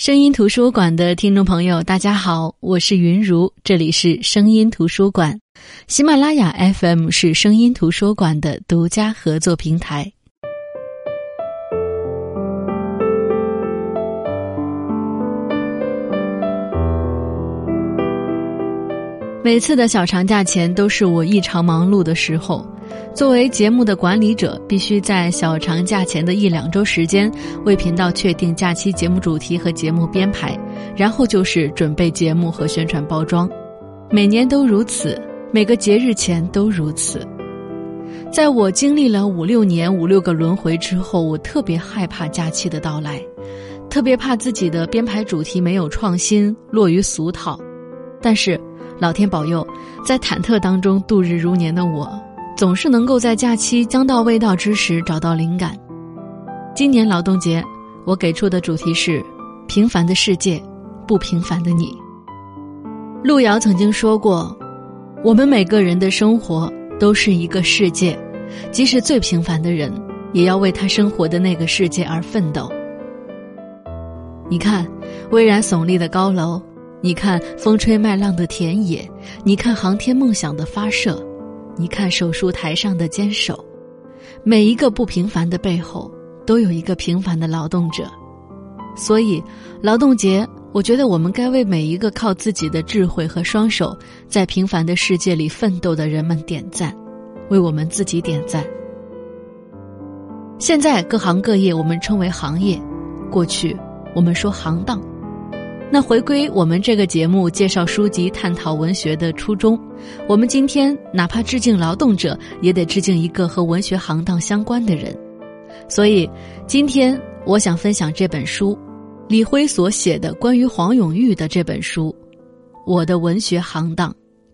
声音图书馆的听众朋友大家好，我是云如，这里是声音图书馆。喜马拉雅 FM 是声音图书馆的独家合作平台。每次的小长假前都是我异常忙碌的时候，作为节目的管理者，必须在小长假前的1-2周时间为频道确定假期节目主题和节目编排，然后就是准备节目和宣传包装。每年都如此，每个节日前都如此。在我经历了5-6年5-6个轮回之后，我特别害怕假期的到来，特别怕自己的编排主题没有创新，落于俗套。但是老天保佑，在忐忑当中度日如年的我，总是能够在假期将到未到之时找到灵感。今年劳动节，我给出的主题是平凡的世界，不平凡的你。路遥曾经说过，我们每个人的生活都是一个世界，即使最平凡的人，也要为他生活的那个世界而奋斗。你看巍然耸立的高楼，你看风吹麦浪的田野，你看航天梦想的发射，你看手术台上的坚守，每一个不平凡的背后都有一个平凡的劳动者。所以劳动节，我觉得我们该为每一个靠自己的智慧和双手在平凡的世界里奋斗的人们点赞，为我们自己点赞。现在各行各业我们称为行业，过去我们说行当。那回归我们这个节目介绍书籍探讨文学的初衷，我们今天哪怕致敬劳动者，也得致敬一个和文学行当相关的人。所以今天我想分享这本书，李辉所写的关于黄永玉的这本书，我的文学行当。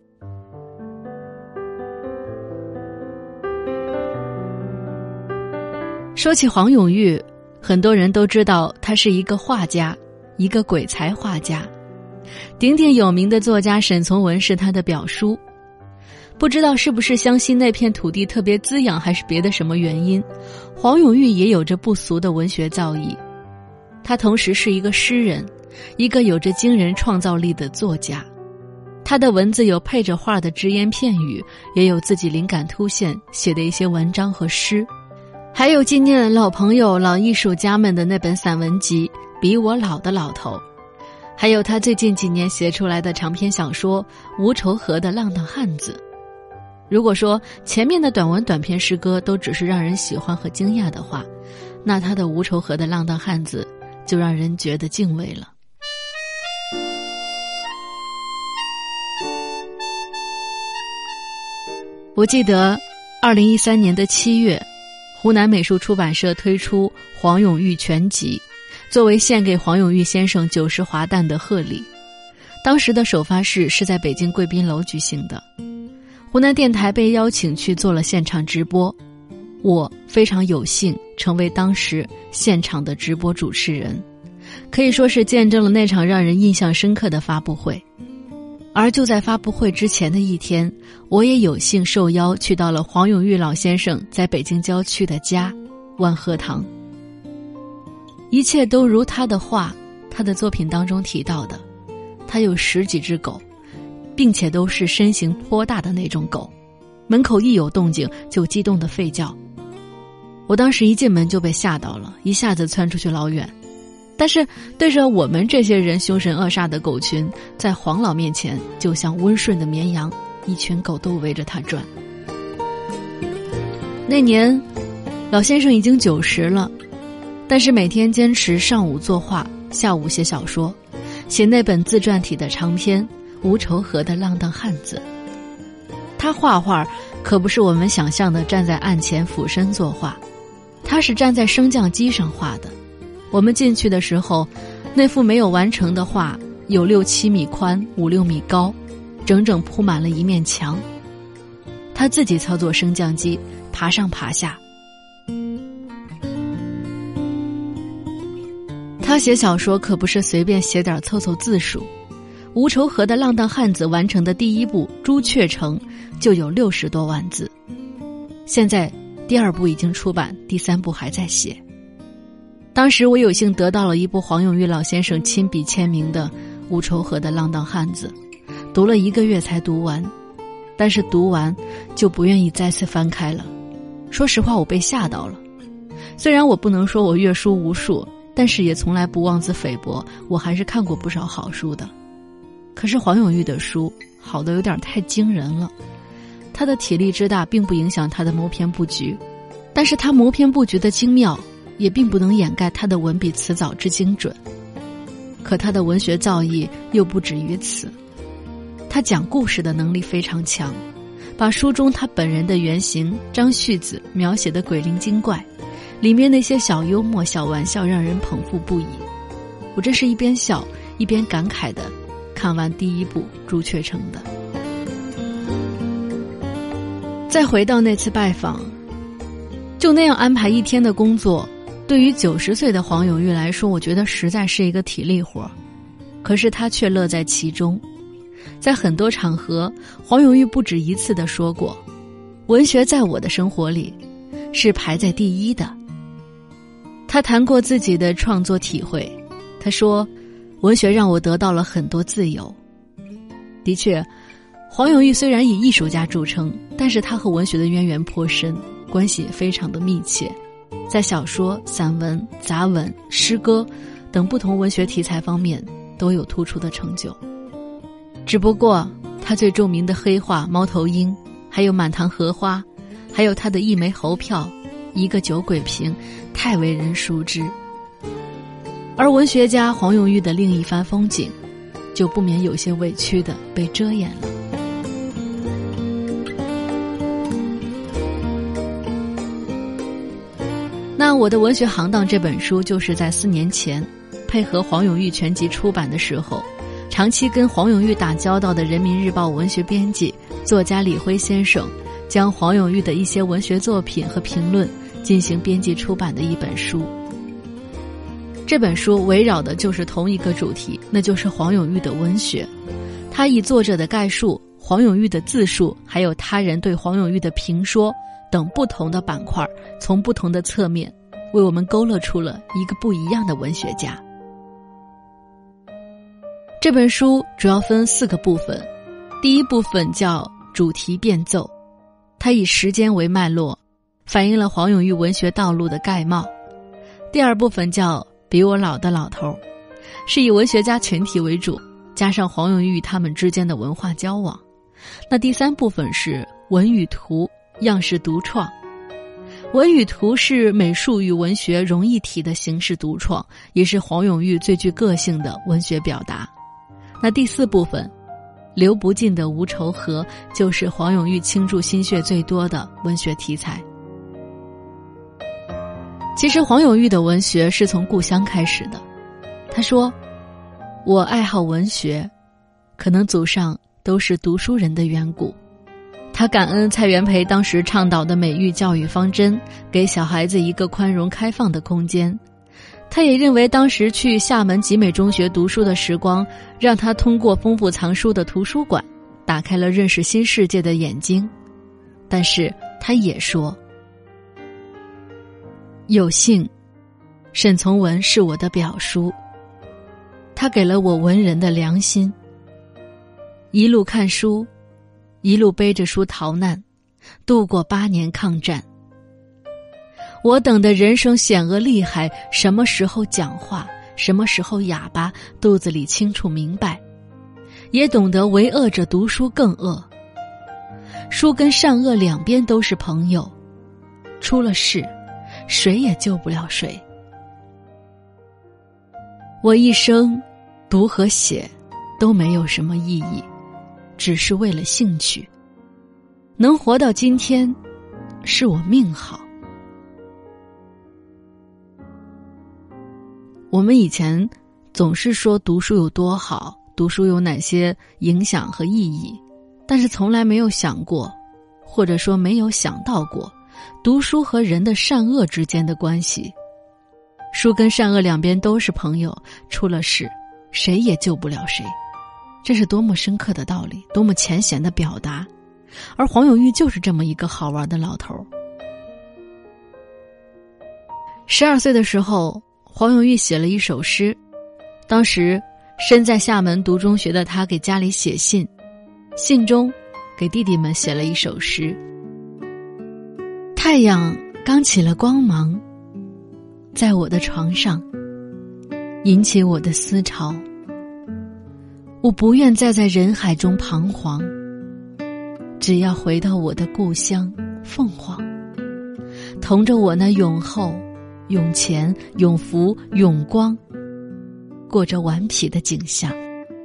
说起黄永玉，很多人都知道他是一个画家，一个鬼才画家。鼎鼎有名的作家沈从文是他的表叔。不知道是不是湘西那片土地特别滋养，还是别的什么原因，黄永玉也有着不俗的文学造诣。他同时是一个诗人，一个有着惊人创造力的作家。他的文字有配着画的只言片语，也有自己灵感突现写的一些文章和诗，还有纪念老朋友老艺术家们的那本散文集《比我老的老头》，还有他最近几年写出来的长篇小说《无愁河的浪荡汉子》。如果说前面的短文短篇诗歌都只是让人喜欢和惊讶的话，那他的《无愁河的浪荡汉子》就让人觉得敬畏了。我记得2013年的7月，湖南美术出版社推出黄永玉全集，作为献给黄永玉先生90华诞的贺礼。当时的首发式是在北京贵宾楼举行的，湖南电台被邀请去做了现场直播，我非常有幸成为当时现场的直播主持人，可以说是见证了那场让人印象深刻的发布会。而就在发布会之前的一天，我也有幸受邀去到了黄永玉老先生在北京郊区的家万和堂。一切都如他的画，他的作品当中提到的，他有10几只狗，并且都是身形颇大的那种狗，门口一有动静就激动地吠叫。我当时一进门就被吓到了，一下子窜出去老远。但是对着我们这些人凶神恶煞的狗群，在黄老面前就像温顺的绵羊，一群狗都围着他转。那年老先生已经90了，但是每天坚持上午作画，下午写小说，写那本自传体的长篇《无愁河的浪荡汉子》。他画画可不是我们想象的站在案前俯身作画，他是站在升降机上画的。我们进去的时候，那幅没有完成的画有6-7米宽，5-6米高，整整铺满了一面墙。他自己操作升降机，爬上爬下。他写小说可不是随便写点凑凑字数。无愁河的浪荡汉子完成的第1部《朱雀城》就有60多万字，现在第2部已经出版，第3部还在写。 当时我有幸得到了一部黄永玉老先生亲笔签名的《无愁河的浪荡汉子》，读了1个月才读完，但是读完就不愿意再次翻开了。说实话，我被吓到了。虽然我不能说我阅书无数，但是也从来不妄自菲薄，我还是看过不少好书的。可是黄永玉的书好得有点太惊人了，他的体力之大并不影响他的谋篇布局，但是他谋篇布局的精妙也并不能掩盖他的文笔辞藻之精准。可他的文学造诣又不止于此，他讲故事的能力非常强，把书中他本人的原型张旭子描写得鬼灵精怪，里面那些小幽默小玩笑让人捧腹不已。我这是一边笑一边感慨的看完第1部《朱雀城》的。再回到那次拜访，就那样安排1天的工作，对于90岁的黄永玉来说，我觉得实在是一个体力活，可是他却乐在其中。在很多场合，黄永玉不止1次地说过，文学在我的生活里是排在第1的。他谈过自己的创作体会，他说，文学让我得到了很多自由。的确，黄永玉虽然以艺术家著称，但是他和文学的渊源颇深，关系也非常的密切，在小说、散文、杂文、诗歌等不同文学题材方面都有突出的成就。只不过他最著名的黑话《猫头鹰》，还有《满堂荷花》，还有他的一枚猴票、一个酒鬼瓶，太为人熟知。而文学家黄永玉的另一番风景，就不免有些委屈的被遮掩了。那我的文学行当这本书就是在4年前配合黄永玉全集出版的时候，长期跟黄永玉打交道的人民日报文学编辑作家李辉先生，将黄永玉的一些文学作品和评论进行编辑出版的一本书。这本书围绕的就是同一个主题，那就是黄永玉的文学。他以作者的概述、黄永玉的自述，还有他人对黄永玉的评说等不同的板块，从不同的侧面为我们勾勒出了一个不一样的文学家。这本书主要分4个部分，第一部分叫主题变奏，它以时间为脉络，反映了黄永玉文学道路的概貌。第二部分叫比我老的老头，是以文学家群体为主，加上黄永玉他们之间的文化交往。那第3部分是文与图，样式独创。文与图是美术与文学融一体的形式独创，也是黄永玉最具个性的文学表达。那第4部分流不尽的无愁河，就是黄永玉倾注心血最多的文学题材。其实黄永玉的文学是从故乡开始的。他说，我爱好文学，可能祖上都是读书人的缘故。他感恩蔡元培当时倡导的美育教育方针，给小孩子一个宽容开放的空间。他也认为当时去厦门集美中学读书的时光，让他通过丰富藏书的图书馆，打开了认识新世界的眼睛。但是他也说，有幸沈从文是我的表叔，他给了我文人的良心。一路看书，一路背着书逃难，度过8年抗战。我等的人生险恶厉害，什么时候讲话，什么时候哑巴，肚子里清楚明白，也懂得为恶者读书更恶。书跟善恶两边都是朋友，出了事，谁也救不了谁。我一生读和写都没有什么意义，只是为了兴趣。能活到今天，是我命好。我们以前总是说读书有多好，读书有哪些影响和意义，但是从来没有想过，或者说没有想到过，读书和人的善恶之间的关系。书跟善恶两边都是朋友，出了事，谁也救不了谁。这是多么深刻的道理，多么浅显的表达。而黄永玉就是这么一个好玩的老头。12岁的时候， 黄永玉写了一首诗，当时身在厦门读中学的他给家里写信，信中给弟弟们写了一首诗。太阳刚起了光芒，在我的床上引起我的思潮，我不愿再在人海中彷徨，只要回到我的故乡凤凰，同着我那永后、永前、永福、永光，过着顽皮的景象。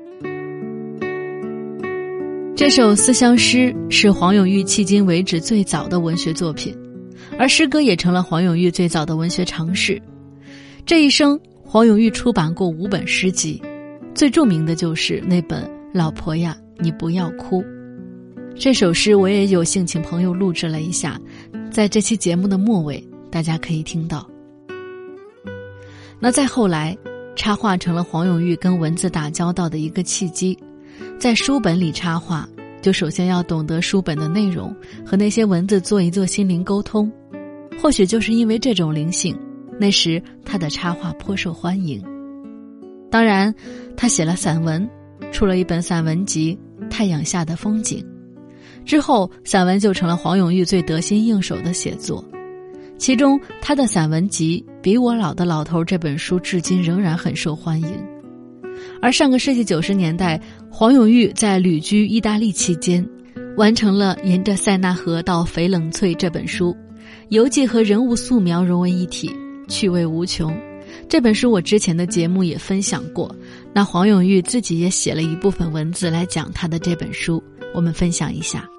这首思乡诗是黄永玉迄今为止最早的文学作品，而诗歌也成了黄永玉最早的文学尝试。这一生，黄永玉出版过5本诗集，最著名的就是那本《老婆呀，你不要哭》。这首诗我也有幸请朋友录制了一下，在这期节目的末尾大家可以听到。那再后来，插画成了黄永玉跟文字打交道的一个契机。在书本里插画，就首先要懂得书本的内容，和那些文字做一做心灵沟通。或许就是因为这种灵性，那时他的插画颇受欢迎。当然，他写了散文，出了一本散文集《太阳下的风景》。之后，散文就成了黄永玉最得心应手的写作。其中，他的散文集《比我老的老头》这本书至今仍然很受欢迎。而上个世纪90年代，黄永玉在旅居意大利期间，完成了《沿着塞纳河到翡冷翠》这本书，游记和人物素描融为一体，趣味无穷。这本书我之前的节目也分享过，那黄永玉自己也写了一部分文字来讲他的这本书，我们分享一下。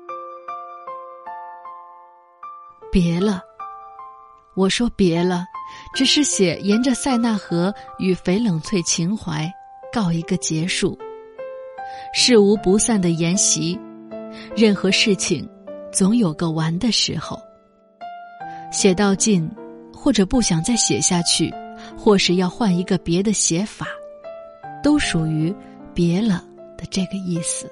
别了，我说别了，只是写沿着塞纳河与翡冷翠情怀告一个结束。事无不散的筵席，任何事情总有个完的时候。写到尽，或者不想再写下去，或是要换一个别的写法，都属于别了的这个意思。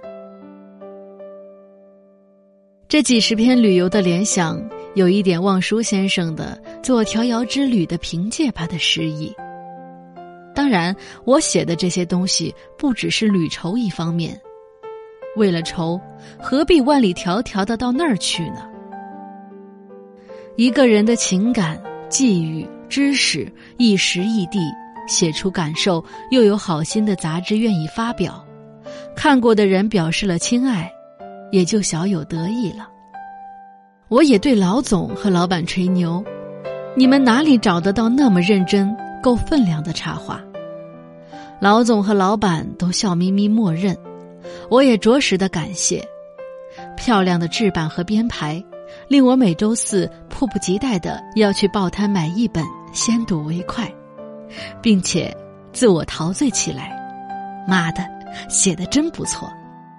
这几十篇旅游的联想，有一点望舒先生的做调遥之旅的凭借吧的诗意。当然，我写的这些东西不只是旅愁一方面，为了愁，何必万里迢迢的到那儿去呢？一个人的情感、际遇、知识，一时一地写出感受，又有好心的杂志愿意发表，看过的人表示了亲爱，也就小有得意了。我也对老总和老板吹牛，你们哪里找得到那么认真、够分量的插画？老总和老板都笑眯眯默认，我也着实的感谢。漂亮的制版和编排，令我每周4迫不及待的要去报摊买一本，先睹为快，并且自我陶醉起来。妈的，写得真不错。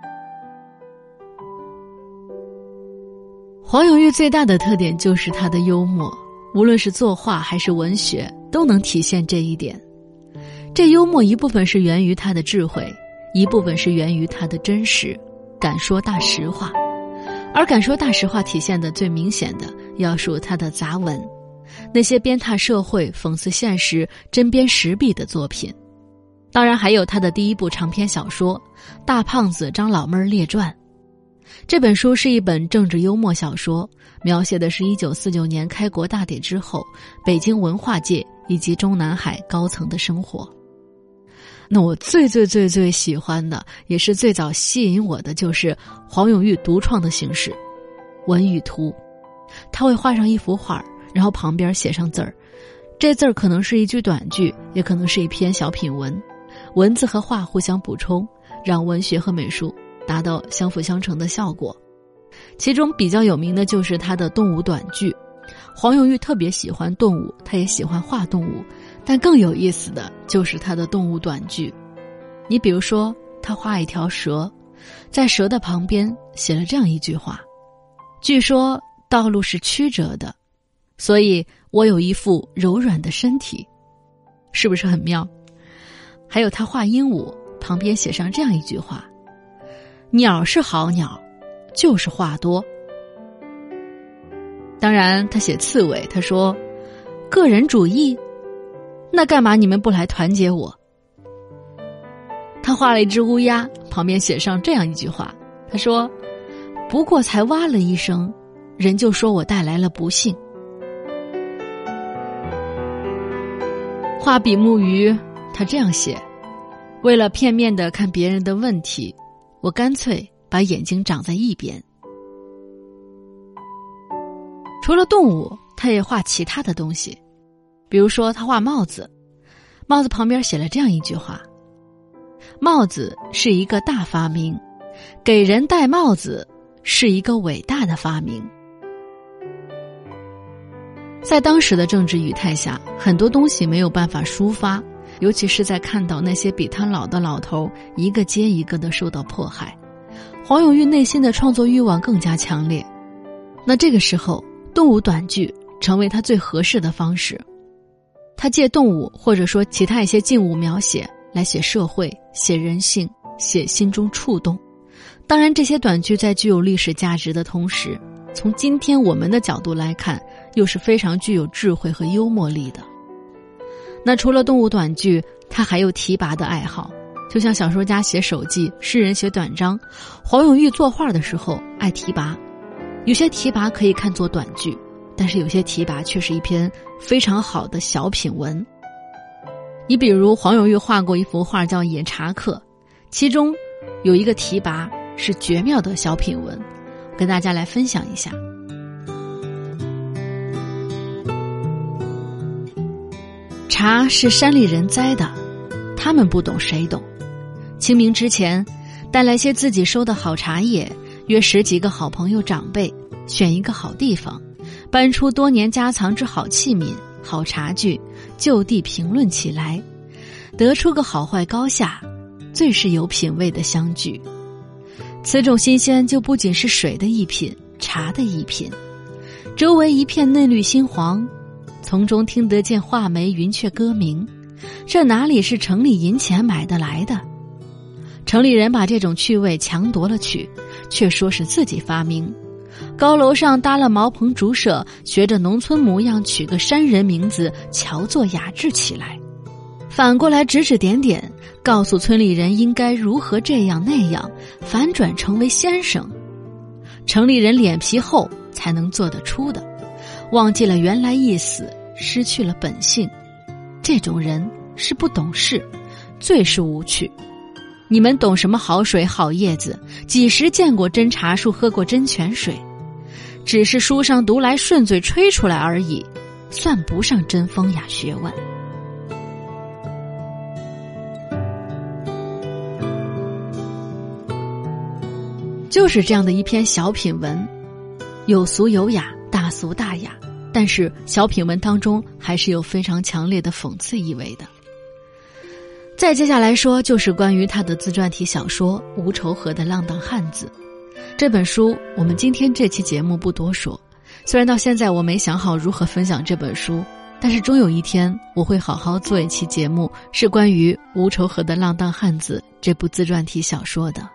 黄永玉最大的特点就是他的幽默，无论是作画还是文学，都能体现这一点。这幽默一部分是源于他的智慧，一部分是源于他的真实，敢说大实话。而敢说大实话体现的最明显的，要数他的杂文，那些鞭挞社会、讽刺现实、针砭时弊的作品。当然还有他的第一部长篇小说《大胖子张老妹儿列传》。这本书是一本政治幽默小说，描写的是1949年开国大典之后，北京文化界以及中南海高层的生活。那我最喜欢的，也是最早吸引我的，就是黄永玉独创的形式文与图。他会画上一幅画，然后旁边写上字儿，这字儿可能是一句短句，也可能是一篇小品文，文字和画互相补充，让文学和美术达到相辅相成的效果。其中比较有名的就是他的动物短剧。黄永玉特别喜欢动物，他也喜欢画动物，但更有意思的就是他的动物短剧。你比如说，他画一条蛇，在蛇的旁边写了这样一句话：据说道路是曲折的，所以我有一副柔软的身体。是不是很妙？还有他画鹦鹉，旁边写上这样一句话：鸟是好鸟，就是话多。当然他写刺猬，他说个人主义， 那干嘛你们不来团结我？他画了一只乌鸦，旁边写上这样一句话，他说，不过才哇了一声，人就说我带来了不幸。画比目鱼，他这样写，为了片面地看别人的问题，我干脆把眼睛长在一边。除了动物，他也画其他的东西，比如说他画帽子，帽子旁边写了这样一句话，帽子是一个大发明，给人戴帽子是一个伟大的发明。在当时的政治语态下，很多东西没有办法抒发，尤其是在看到那些比他老的老头一个接一个的受到迫害，黄永玉内心的创作欲望更加强烈。那这个时候，动物短句成为他最合适的方式。他借动物或者说其他一些静物描写来写社会、写人性、写心中触动。当然，这些短句在具有历史价值的同时，从今天我们的角度来看，又是非常具有智慧和幽默力的。那除了动物短句，他还有提拔的爱好，就像小说家写手记，诗人写短章，黄永玉作画的时候爱提拔。有些提拔可以看作短句，但是有些提拔却是一篇非常好的小品文。你比如黄永玉画过一幅画叫《野茶客》，其中有一个提拔是绝妙的小品文，跟大家来分享一下。茶是山里人栽的，他们不懂谁懂。清明之前，带来些自己收的好茶叶，约10几个好朋友长辈，选一个好地方，搬出多年家藏之好器皿、好茶具，就地评论起来，得出个好坏高下，最是有品味的相聚。此种新鲜就不仅是水的一品，茶的一品。周围一片嫩绿新黄，从中听得见画眉云雀歌鸣，这哪里是城里银钱买得来的？城里人把这种趣味强夺了去，却说是自己发明。高楼上搭了茅棚竹舍，学着农村模样取个山人名字，乔作雅致起来。反过来指指点点，告诉村里人应该如何这样那样，反转成为先生。城里人脸皮厚才能做得出的，忘记了原来意思，失去了本性。这种人是不懂事，最是无趣。你们懂什么好水好叶子？几时见过真茶树，喝过真泉水？只是书上读来顺嘴吹出来而已，算不上真风雅学问。就是这样的一篇小品文，有俗有雅，大俗大雅，但是小品文当中还是有非常强烈的讽刺意味的。再接下来说，就是关于他的自传体小说《无愁河的浪荡汉子》。这本书我们今天这期节目不多说，虽然到现在我没想好如何分享这本书，但是终有一天我会好好做一期节目，是关于《无愁河的浪荡汉子》这部自传体小说的。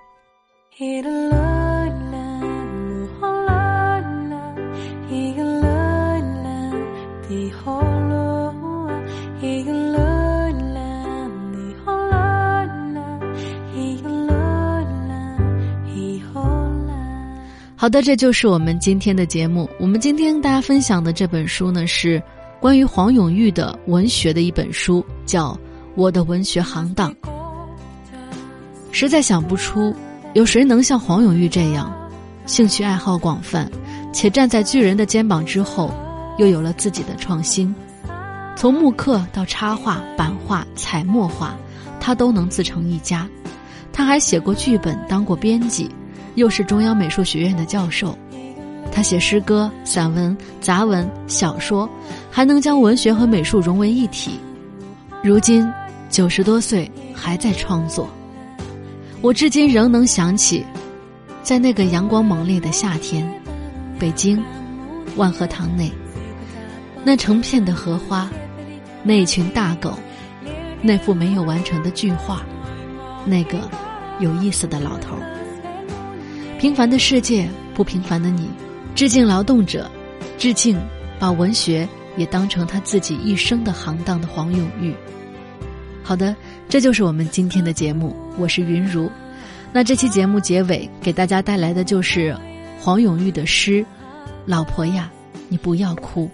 好的，这就是我们今天的节目。我们今天跟大家分享的这本书呢，是关于黄永玉的文学的一本书，叫《我的文学行当》。实在想不出有谁能像黄永玉这样，兴趣爱好广泛，且站在巨人的肩膀之后，又有了自己的创新。从木刻到插画、版画、彩墨画，他都能自成一家。他还写过剧本，当过编辑，又是中央美术学院的教授。他写诗歌、散文、杂文、小说，还能将文学和美术融为一体。如今90多岁还在创作。我至今仍能想起，在那个阳光猛烈的夏天，北京万和堂内，那成片的荷花，那一群大狗，那幅没有完成的巨画，那个有意思的老头。平凡的世界，不平凡的你，致敬劳动者，致敬把文学也当成他自己一生的行当的黄永玉。好的，这就是我们今天的节目，我是云如。那这期节目结尾给大家带来的就是黄永玉的诗：老婆呀，你不要哭。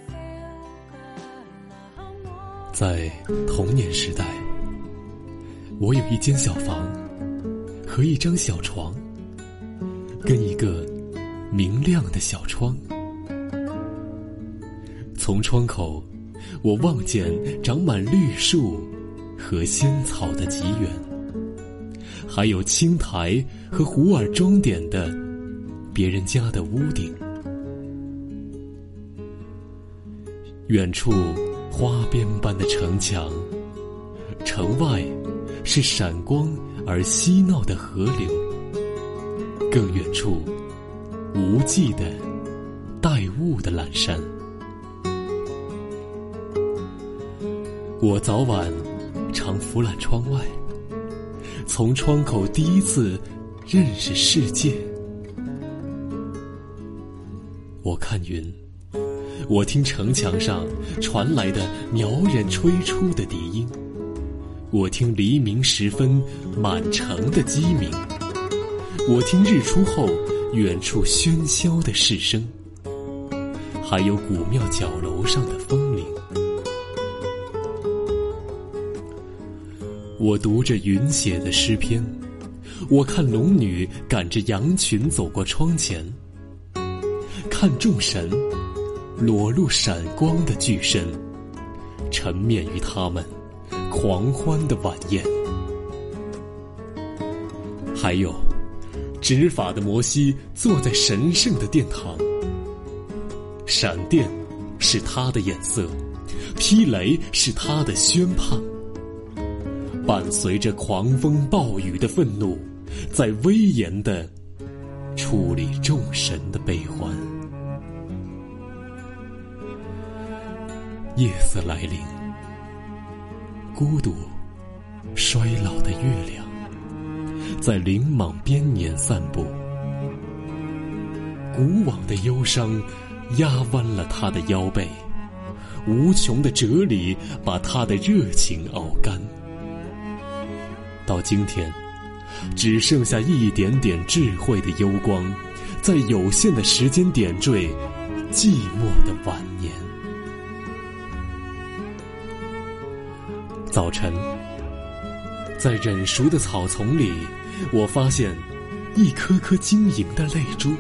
在童年时代，我有一间小房和一张小床，跟一个明亮的小窗。从窗口，我望见长满绿树和仙草的极远，还有青苔和糊耳装点的别人家的屋顶。远处花边般的城墙，城外是闪光而嬉闹的河流，更远处无际的带雾的阑珊。我早晚常俯览窗外，从窗口第一次认识世界。我看云，我听城墙上传来的苗人吹出的笛音，我听黎明时分满城的鸡鸣，我听日出后远处喧嚣的市声，还有古庙角楼上的风铃。我读着云写的诗篇，我看龙女赶着羊群走过窗前，看众神裸露闪光的巨身，沉湎于他们狂欢的晚宴。还有执法的摩西坐在神圣的殿堂，闪电是他的眼色，霹雷是他的宣判，伴随着狂风暴雨的愤怒，在威严地处理众神的悲欢。夜色来临，孤独衰老的月亮在林莽边沿散步，古往的忧伤压弯了他的腰背，无穷的哲理把他的热情熬干。到今天，只剩下一点点智慧的幽光，在有限的时间点缀寂寞的晚年。早晨，在稔熟的草丛里，我发现一颗颗晶莹的泪珠。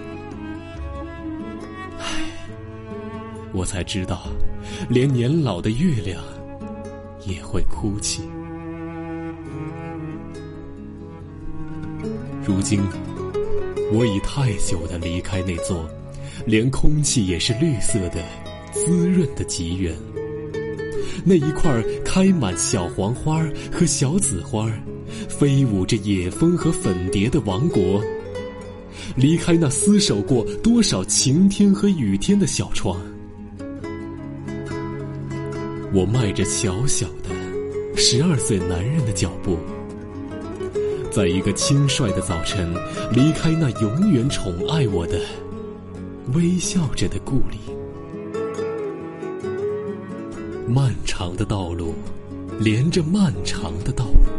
我才知道，连年老的月亮也会哭泣。如今，我已太久地离开那座连空气也是绿色的滋润的极原，那一块开满小黄花和小紫花，飞舞着野蜂和粉蝶的王国，离开那厮守过多少晴天和雨天的小窗。我迈着小小的12岁男人的脚步，在一个轻率的早晨，离开那永远宠爱我的微笑着的故里。漫长的道路连着漫长的道路，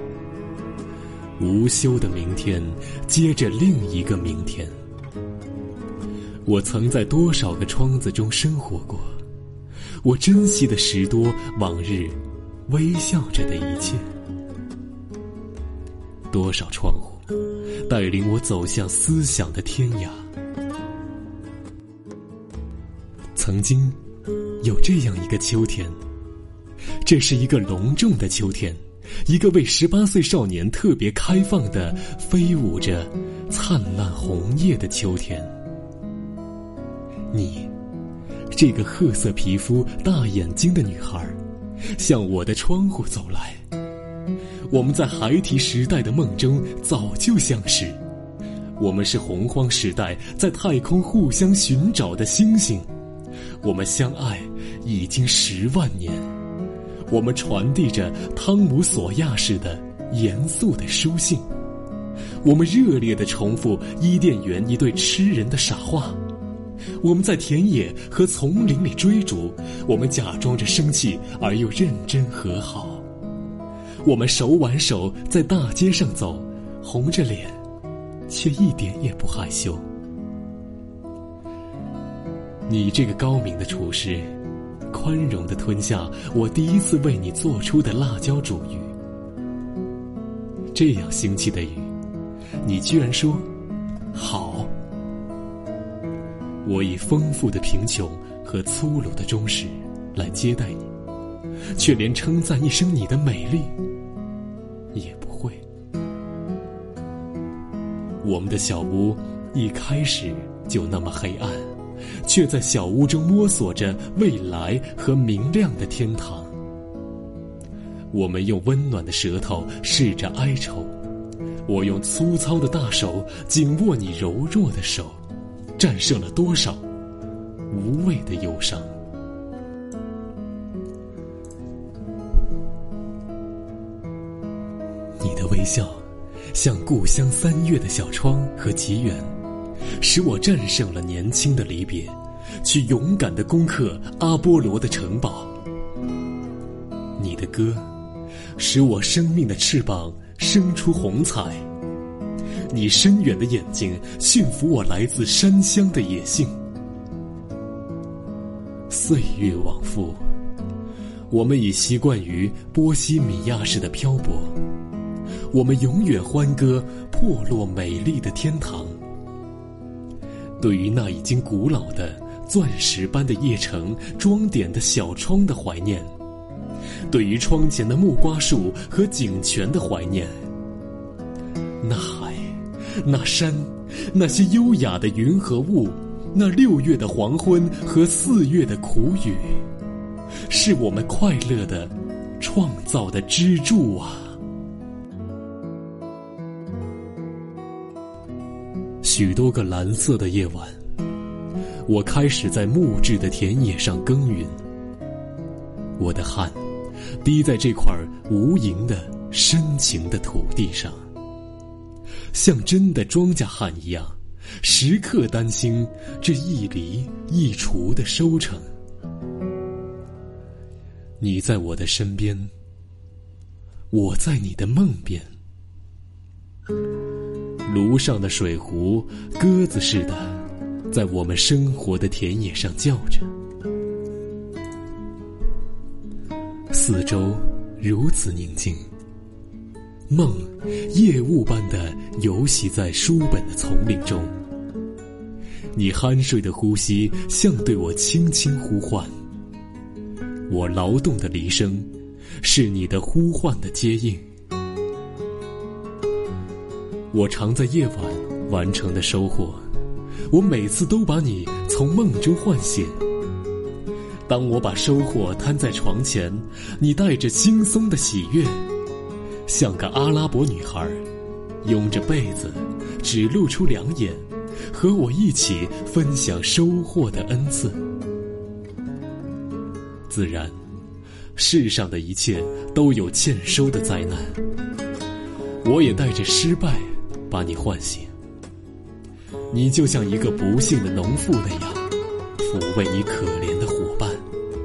无休的明天接着另一个明天。我曾在多少个窗子中生活过，我珍惜的十多往日微笑着的一切。多少窗户带领我走向思想的天涯。曾经有这样一个秋天，这是一个隆重的秋天，一个为18岁少年特别开放的飞舞着灿烂红叶的秋天。你这个褐色皮肤大眼睛的女孩向我的窗户走来，我们在孩提时代的梦中早就相识，我们是洪荒时代在太空互相寻找的星星，我们相爱已经10万年，我们传递着汤姆索亚式的严肃的书信，我们热烈地重复伊甸园一对痴人的傻话， 我们在田野和丛林里追逐，我们假装着生气而又认真和好。我们手挽手在大街上走，红着脸，却一点也不害羞。你这个高明的厨师，宽容地吞下我第一次为你做出的辣椒煮鱼。这样腥气的鱼，你居然说好。我以丰富的贫穷和粗鲁的忠实来接待你，却连称赞一声你的美丽也不会。我们的小屋一开始就那么黑暗，却在小屋中摸索着未来和明亮的天堂。我们用温暖的舌头试着哀愁，我用粗糙的大手紧握你柔弱的手，战胜了多少无谓的忧伤。你的微笑像故乡3月的小窗和吉园，使我战胜了年轻的离别，去勇敢地攻克阿波罗的城堡。你的歌使我生命的翅膀生出虹彩，你深远的眼睛驯服我来自山乡的野性。岁月往复，我们已习惯于波西米亚式的漂泊，我们永远欢歌破落美丽的天堂。对于那已经古老的钻石般的夜城装点的小窗的怀念，对于窗前的木瓜树和井泉的怀念，那海，那山，那些优雅的云和雾，那6月的黄昏和4月的苦雨，是我们快乐的创造的支柱啊！许多个蓝色的夜晚，我开始在木质的田野上耕耘，我的汗滴在这块无垠的深情的土地上，像真的庄稼汉一样，时刻担心这一犁一锄的收成。你在我的身边，我在你的梦边。炉上的水壶鸽子似的在我们生活的田野上叫着，四周如此宁静，梦夜雾般的游袭在书本的丛林中。你酣睡的呼吸像对我轻轻呼唤，我劳动的犁声是你的呼唤的接应。我常在夜晚完成的收获，我每次都把你从梦中唤醒。当我把收获摊在床前，你带着轻松的喜悦，像个阿拉伯女孩，拥着被子，只露出2眼，和我一起分享收获的恩赐。自然，世上的一切都有欠收的灾难，我也带着失败把你唤醒。你就像一个不幸的农妇那样，抚慰你可怜的伙伴。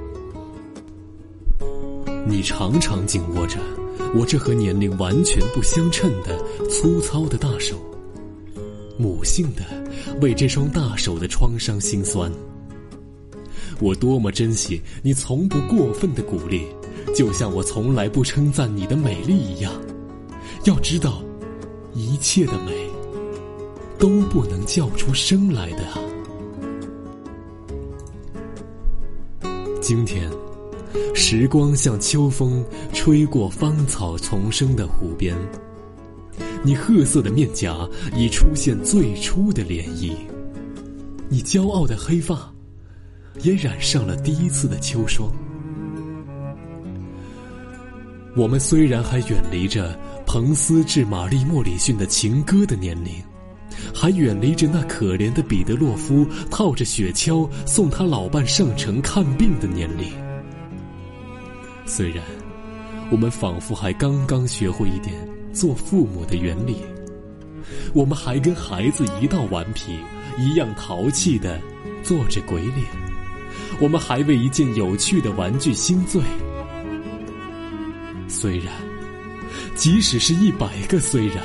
你常常紧握着我这和年龄完全不相称的粗糙的大手，母性的为这双大手的创伤心酸。我多么珍惜你从不过分的鼓励，就像我从来不称赞你的美丽一样。要知道，一切的美都不能叫出声来的啊！今天，时光像秋风吹过芳草丛生的湖边，你褐色的面颊已出现最初的涟漪，你骄傲的黑发也染上了第一次的秋霜。我们虽然还远离着彭斯致玛丽莫里逊的情歌的年龄，还远离着那可怜的彼得洛夫套着雪橇送他老伴上城看病的年龄。虽然我们仿佛还刚刚学会一点做父母的原理，我们还跟孩子一道顽皮，一样淘气地做着鬼脸，我们还为一件有趣的玩具心醉。虽然，即使是100个虽然，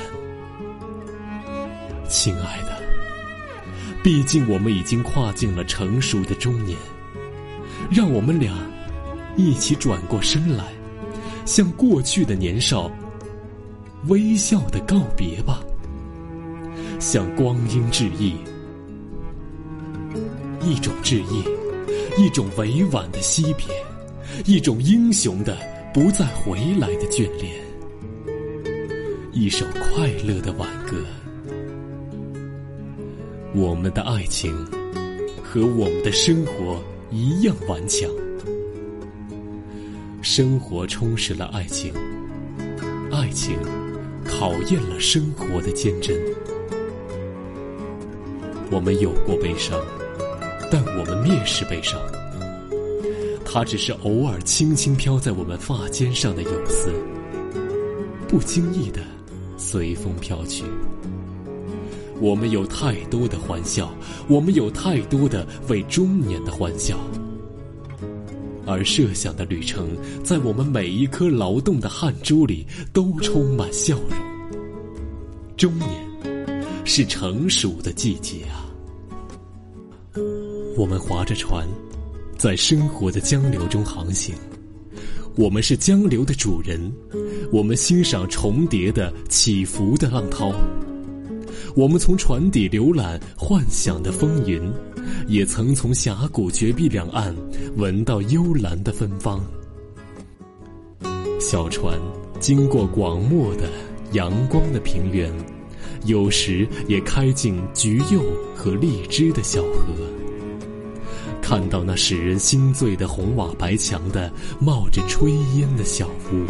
亲爱的，毕竟我们已经跨进了成熟的中年，让我们俩一起转过身来，向过去的年少微笑地告别吧，向光阴致意。一种致意，一种委婉的惜别，一种英雄的不再回来的眷恋，一首快乐的挽歌。我们的爱情和我们的生活一样顽强，生活充实了爱情，爱情考验了生活的坚贞。我们有过悲伤，但我们蔑视悲伤，它只是偶尔轻轻飘在我们发间上的游丝，不经意地随风飘去。我们有太多的欢笑，我们有太多的为中年的欢笑，而设想的旅程，在我们每一颗劳动的汗珠里都充满笑容。中年是成熟的季节啊！我们划着船，在生活的江流中航行。我们是江流的主人，我们欣赏重叠的起伏的浪涛。我们从船底浏览幻想的风云，也曾从峡谷绝壁两岸闻到幽兰的芬芳。小船经过广袤的阳光的平原，有时也开进橘柚和荔枝的小河，看到那使人心醉的红瓦白墙的冒着炊烟的小屋。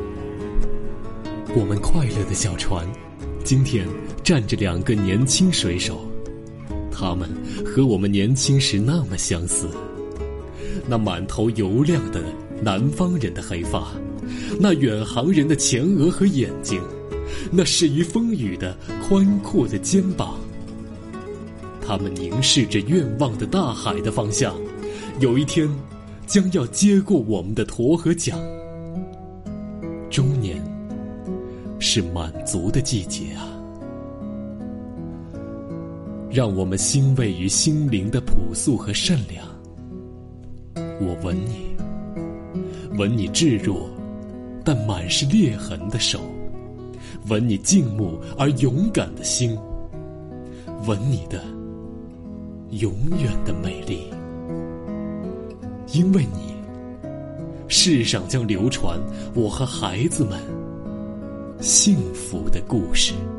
我们快乐的小船今天站着2个年轻水手，他们和我们年轻时那么相似。那满头油亮的南方人的黑发，那远航人的前额和眼睛，那适于风雨的宽阔的肩膀。他们凝视着愿望的大海的方向，有一天将要接过我们的驼和桨。中年是满足的季节啊！让我们欣慰于心灵的朴素和善良。我吻你，吻你炙热但满是裂痕的手，吻你静穆而勇敢的心，吻你的永远的美丽。因为你，世上将流传我和孩子们幸福的故事。